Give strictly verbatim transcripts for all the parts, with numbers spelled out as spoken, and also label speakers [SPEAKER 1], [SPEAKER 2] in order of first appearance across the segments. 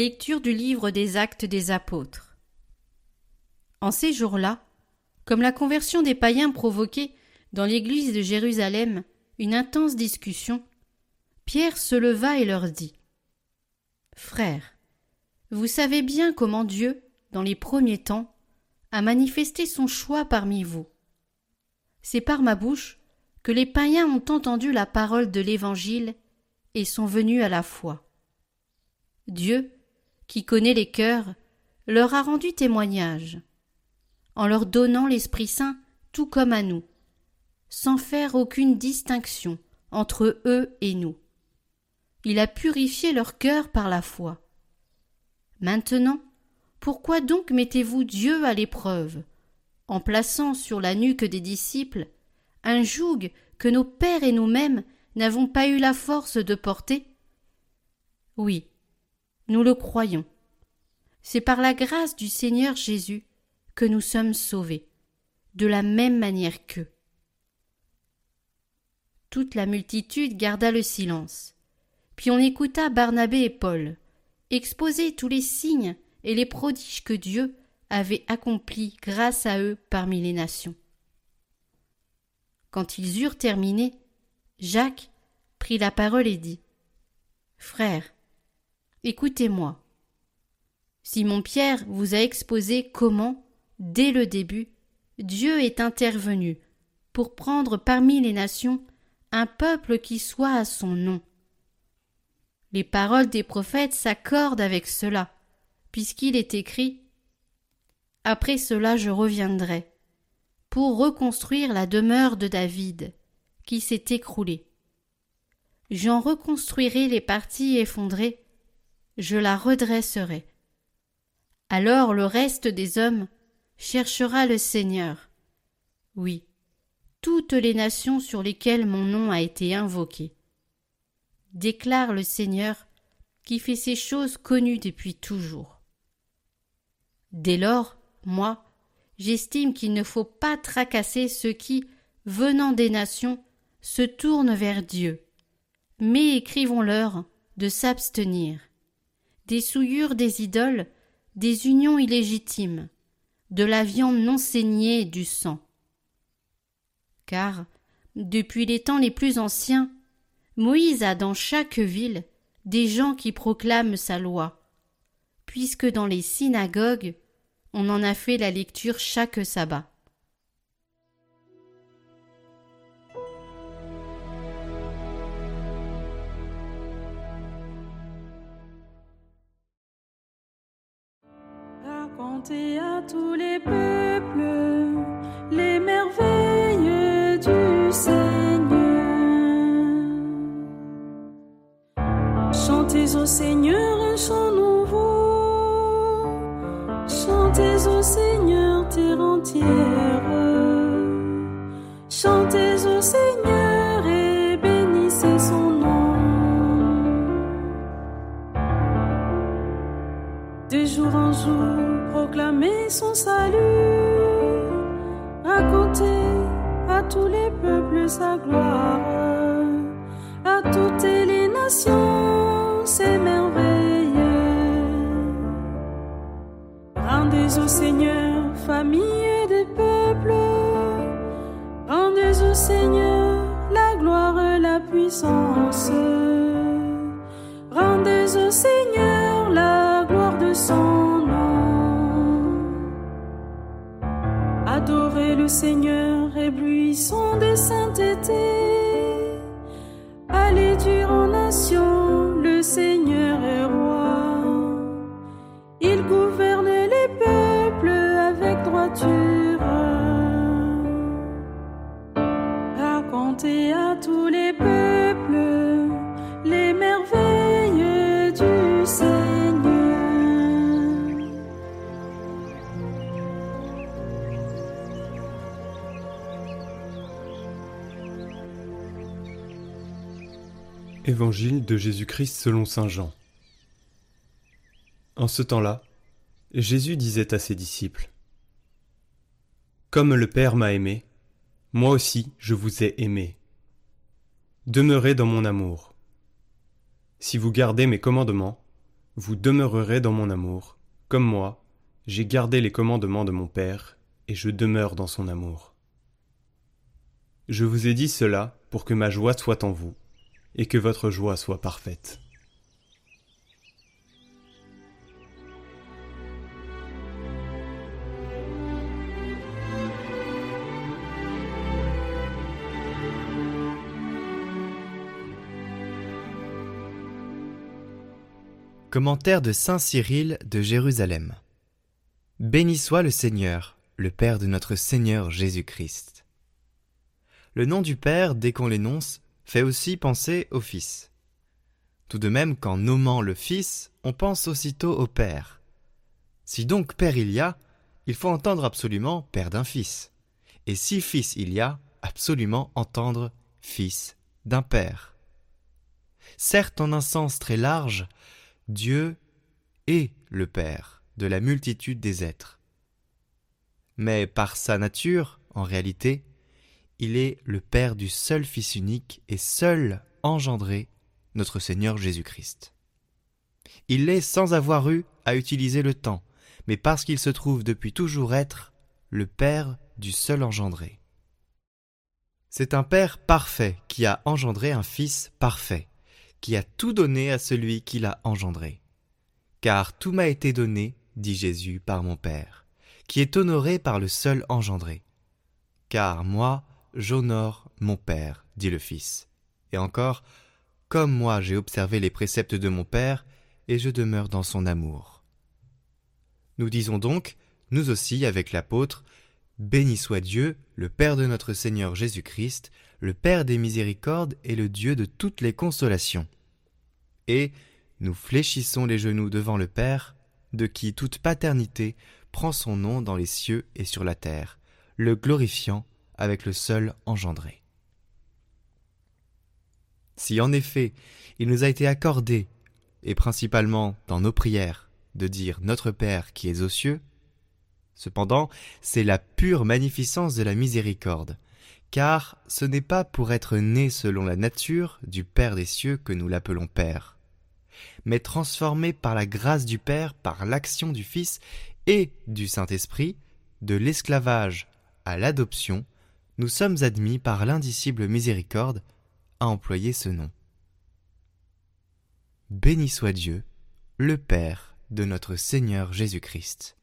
[SPEAKER 1] Lecture du livre des Actes des Apôtres. En ces jours-là, comme la conversion des païens provoquait dans l'église de Jérusalem une intense discussion, Pierre se leva et leur dit : « Frères, vous savez bien comment Dieu, dans les premiers temps, a manifesté son choix parmi vous. C'est par ma bouche que les païens ont entendu la parole de l'Évangile et sont venus à la foi. Dieu, qui connaît les cœurs, leur a rendu témoignage, en leur donnant l'Esprit Saint tout comme à nous, sans faire aucune distinction entre eux et nous. Il a purifié leur cœur par la foi. Maintenant, pourquoi donc mettez-vous Dieu à l'épreuve, en plaçant sur la nuque des disciples un joug que nos pères et nous-mêmes n'avons pas eu la force de porter ? Oui, nous le croyons. C'est par la grâce du Seigneur Jésus que nous sommes sauvés, de la même manière qu'eux. » Toute la multitude garda le silence. Puis on écouta Barnabé et Paul exposer tous les signes et les prodiges que Dieu avait accomplis grâce à eux parmi les nations. Quand ils eurent terminé, Jacques prit la parole et dit : « Frères, écoutez-moi. Simon-Pierre vous a exposé comment, dès le début, Dieu est intervenu pour prendre parmi les nations un peuple qui soit à son nom. Les paroles des prophètes s'accordent avec cela, puisqu'il est écrit : « Après cela je reviendrai, pour reconstruire la demeure de David, qui s'est écroulée. J'en reconstruirai les parties effondrées, je la redresserai. Alors le reste des hommes cherchera le Seigneur. Oui, toutes les nations sur lesquelles mon nom a été invoqué. Déclare le Seigneur, qui fait ces choses connues depuis toujours. Dès lors, moi, j'estime qu'il ne faut pas tracasser ceux qui, venant des nations, se tournent vers Dieu, mais écrivons-leur de s'abstenir des souillures des idoles, des unions illégitimes, de la viande non saignée et du sang. Car, depuis les temps les plus anciens, Moïse a dans chaque ville des gens qui proclament sa loi, puisque dans les synagogues, on en a fait la lecture chaque sabbat. »
[SPEAKER 2] Racontez à tous les peuples les merveilles du Seigneur. Chantez au Seigneur un chant nouveau. Chantez au Seigneur terre entière. Chantez au Seigneur et bénissez son nom. De jour en jour, proclamez son salut. Racontez à tous les peuples sa gloire. À toutes les nations ses merveilles. Rendez au Seigneur, famille des peuples. Rendez au Seigneur la gloire, la puissance. Rendez au Seigneur la gloire de son nom. Adorez le Seigneur, éblouissons de sainteté. Allez dire aux nations, le Seigneur est roi. Il gouverne les peuples avec droiture. Racontez à tous les peuples les merveilles du Seigneur.
[SPEAKER 3] Évangile de Jésus-Christ selon saint Jean. En ce temps-là, Jésus disait à ses disciples : « Comme le Père m'a aimé, moi aussi je vous ai aimé. Demeurez dans mon amour. Si vous gardez mes commandements, vous demeurerez dans mon amour, comme moi, j'ai gardé les commandements de mon Père, et je demeure dans son amour. Je vous ai dit cela pour que ma joie soit en vous, et que votre joie soit parfaite.
[SPEAKER 4] Commentaire de saint Cyril de Jérusalem. Béni soit le Seigneur, le Père de notre Seigneur Jésus-Christ. Le nom du Père, dès qu'on l'énonce, fait aussi penser au Fils. Tout de même qu'en nommant le Fils, on pense aussitôt au Père. Si donc Père il y a, il faut entendre absolument Père d'un Fils. Et si Fils il y a, absolument entendre Fils d'un Père. Certes, en un sens très large, Dieu est le Père de la multitude des êtres. Mais par sa nature, en réalité, il est le Père du seul Fils unique et seul engendré, notre Seigneur Jésus-Christ. Il l'est sans avoir eu à utiliser le temps, mais parce qu'il se trouve depuis toujours être le Père du seul engendré. C'est un Père parfait qui a engendré un Fils parfait, qui a tout donné à celui qui l'a engendré. Car tout m'a été donné, dit Jésus, par mon Père, qui est honoré par le seul engendré. Car moi, j'honore mon Père, dit le Fils. Et encore, comme moi j'ai observé les préceptes de mon Père, et je demeure dans son amour. Nous disons donc, nous aussi avec l'apôtre, béni soit Dieu, le Père de notre Seigneur Jésus-Christ, le Père des miséricordes et le Dieu de toutes les consolations. Et nous fléchissons les genoux devant le Père, de qui toute paternité prend son nom dans les cieux et sur la terre, le glorifiant avec le seul engendré. Si en effet il nous a été accordé, et principalement dans nos prières, de dire « Notre Père qui es aux cieux », cependant c'est la pure magnificence de la miséricorde, car ce n'est pas pour être né selon la nature du Père des cieux que nous l'appelons Père, mais transformé par la grâce du Père, par l'action du Fils et du Saint-Esprit, de l'esclavage à l'adoption, nous sommes admis par l'indicible miséricorde à employer ce nom. Béni soit Dieu, le Père de notre Seigneur Jésus-Christ.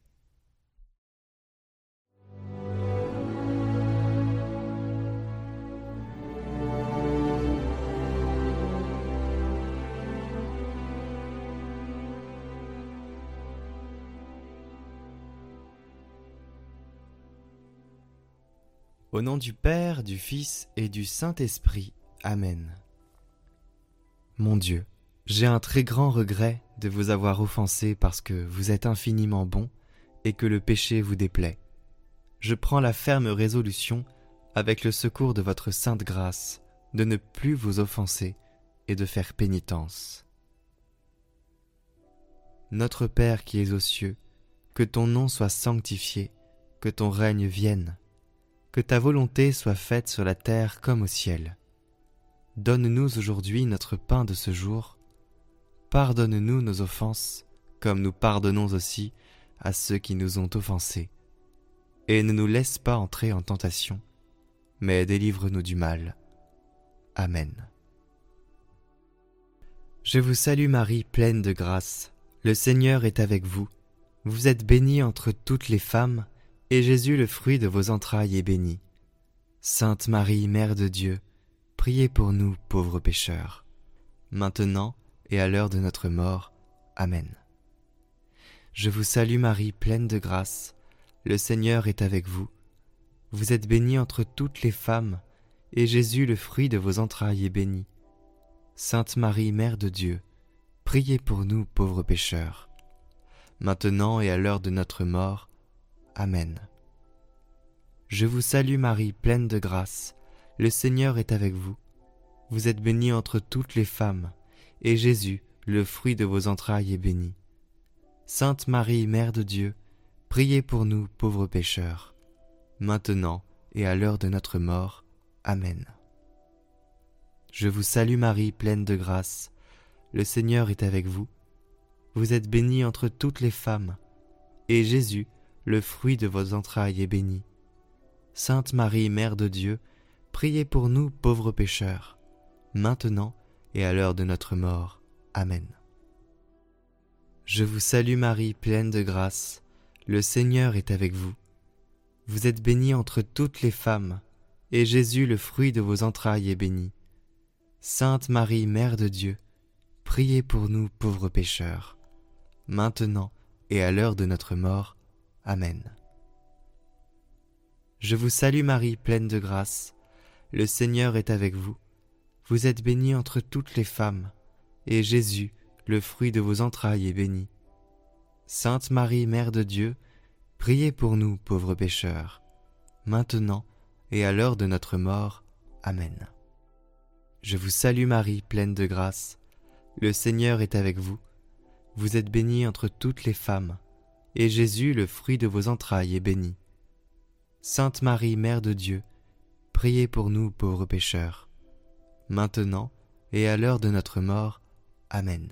[SPEAKER 4] Au nom du Père, du Fils et du Saint-Esprit. Amen. Mon Dieu, j'ai un très grand regret de vous avoir offensé parce que vous êtes infiniment bon et que le péché vous déplaît. Je prends la ferme résolution, avec le secours de votre sainte grâce, de ne plus vous offenser et de faire pénitence. Notre Père qui es aux cieux, que ton nom soit sanctifié, que ton règne vienne. Que ta volonté soit faite sur la terre comme au ciel. Donne-nous aujourd'hui notre pain de ce jour. Pardonne-nous nos offenses, comme nous pardonnons aussi à ceux qui nous ont offensés. Et ne nous laisse pas entrer en tentation, mais délivre-nous du mal. Amen. Je vous salue Marie, pleine de grâce. Le Seigneur est avec vous. Vous êtes bénie entre toutes les femmes, et Jésus, le fruit de vos entrailles, est béni. Sainte Marie, Mère de Dieu, priez pour nous, pauvres pécheurs, maintenant et à l'heure de notre mort. Amen. Je vous salue Marie, pleine de grâce. Le Seigneur est avec vous. Vous êtes bénie entre toutes les femmes, et Jésus, le fruit de vos entrailles, est béni. Sainte Marie, Mère de Dieu, priez pour nous, pauvres pécheurs, maintenant et à l'heure de notre mort. Amen. Je vous salue Marie, pleine de grâce. Le Seigneur est avec vous. Vous êtes bénie entre toutes les femmes, et Jésus, le fruit de vos entrailles, est béni. Sainte Marie, Mère de Dieu, priez pour nous, pauvres pécheurs, maintenant et à l'heure de notre mort. Amen. Je vous salue Marie, pleine de grâce. Le Seigneur est avec vous. vous êtes bénie entre toutes les femmes, et Jésus, le fruit de vos entrailles, est béni. Sainte Marie, Mère de Dieu, priez pour nous pauvres pécheurs, maintenant et à l'heure de notre mort. Amen. Je vous salue Marie, pleine de grâce, le Seigneur est avec vous. Vous êtes bénie entre toutes les femmes, et Jésus, le fruit de vos entrailles, est béni. Sainte Marie, Mère de Dieu, priez pour nous pauvres pécheurs, maintenant et à l'heure de notre mort. Amen. Je vous salue Marie, pleine de grâce, le Seigneur est avec vous. Vous êtes bénie entre toutes les femmes, et Jésus, le fruit de vos entrailles, est béni. Sainte Marie, Mère de Dieu, priez pour nous pauvres pécheurs, maintenant et à l'heure de notre mort. Amen. Je vous salue Marie, pleine de grâce, le Seigneur est avec vous. Vous êtes bénie entre toutes les femmes, et Jésus, le fruit de vos entrailles, est béni. Sainte Marie, Mère de Dieu, priez pour nous pauvres pécheurs, maintenant et à l'heure de notre mort. Amen.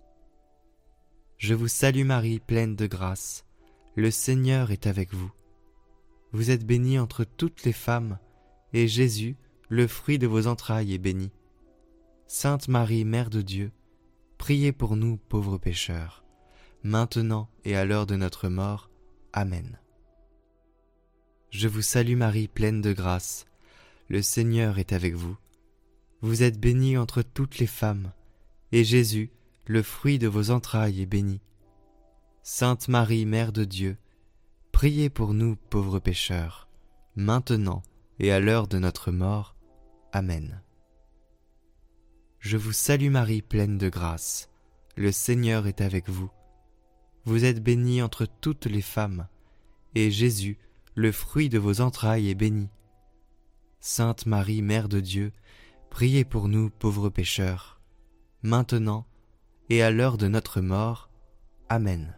[SPEAKER 4] Je vous salue Marie, pleine de grâce, le Seigneur est avec vous. Vous êtes bénie entre toutes les femmes, et Jésus, le fruit de vos entrailles, est béni. Sainte Marie, Mère de Dieu, priez pour nous pauvres pécheurs, maintenant et à l'heure de notre mort. Amen. Je vous salue Marie, pleine de grâce, le Seigneur est avec vous. Vous êtes bénie entre toutes les femmes, et Jésus, le fruit de vos entrailles, est béni. Sainte Marie, Mère de Dieu, priez pour nous pauvres pécheurs, maintenant et à l'heure de notre mort. Amen. Je vous salue Marie, pleine de grâce, le Seigneur est avec vous. Vous êtes bénie entre toutes les femmes, et Jésus, le fruit de vos entrailles, est béni. Sainte Marie, Mère de Dieu, priez pour nous pauvres pécheurs, maintenant et à l'heure de notre mort. Amen.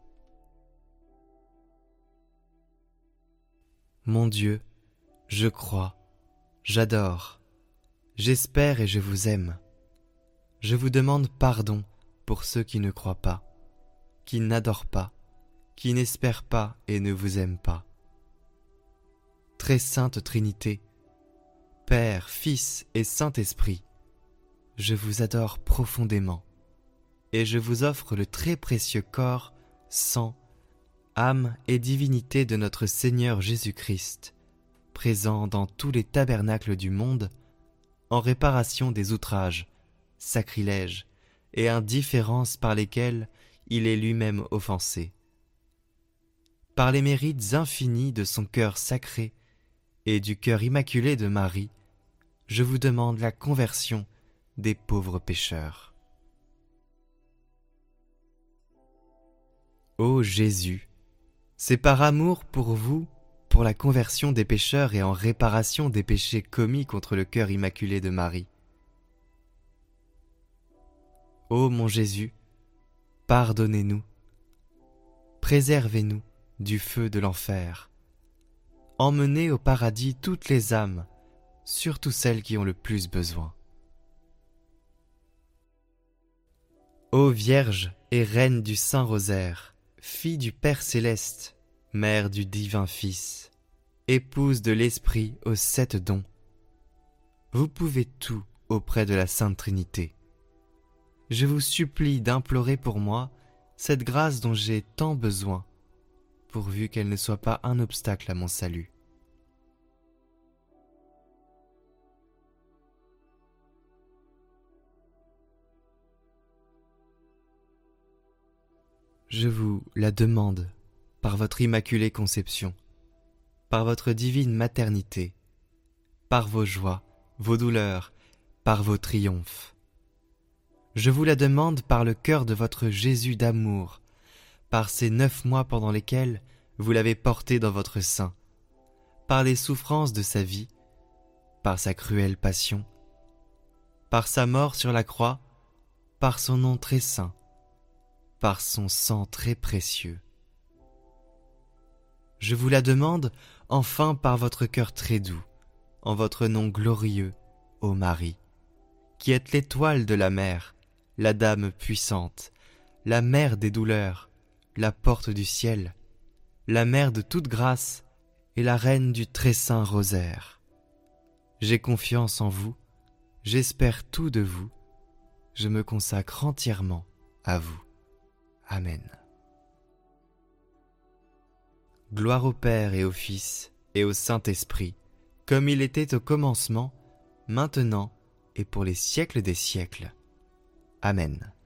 [SPEAKER 4] Mon Dieu, je crois, j'adore, j'espère et je vous aime. Je vous demande pardon pour ceux qui ne croient pas, qui n'adorent pas, qui n'espèrent pas et ne vous aiment pas. Très sainte Trinité, Père, Fils et Saint-Esprit, je vous adore profondément et je vous offre le très précieux corps, sang, âme et divinité de notre Seigneur Jésus-Christ, présent dans tous les tabernacles du monde, en réparation des outrages, sacrilèges et indifférences par lesquels il est lui-même offensé. Par les mérites infinis de son cœur sacré et du cœur immaculé de Marie, je vous demande la conversion des pauvres pécheurs. Ô Jésus, c'est par amour pour vous, pour la conversion des pécheurs et en réparation des péchés commis contre le cœur immaculé de Marie. Ô mon Jésus, pardonnez-nous, préservez-nous du feu de l'enfer, emmenez au paradis toutes les âmes, surtout celles qui ont le plus besoin. Ô Vierge et Reine du Saint-Rosaire, fille du Père céleste, mère du divin Fils, épouse de l'Esprit aux sept dons, vous pouvez tout auprès de la Sainte Trinité. Je vous supplie d'implorer pour moi cette grâce dont j'ai tant besoin, pourvu qu'elle ne soit pas un obstacle à mon salut. Je vous la demande par votre immaculée conception, par votre divine maternité, par vos joies, vos douleurs, par vos triomphes. Je vous la demande par le cœur de votre Jésus d'amour, par ces neuf mois pendant lesquels vous l'avez porté dans votre sein, par les souffrances de sa vie, par sa cruelle passion, par sa mort sur la croix, par son nom très saint, par son sang très précieux. Je vous la demande enfin par votre cœur très doux, en votre nom glorieux, ô Marie, qui êtes l'étoile de la mer, la dame puissante, la mère des douleurs, la porte du ciel, la mère de toute grâce et la reine du très saint rosaire. J'ai confiance en vous, j'espère tout de vous, je me consacre entièrement à vous. Amen. Gloire au Père et au Fils et au Saint-Esprit, comme il était au commencement, maintenant et pour les siècles des siècles. Amen.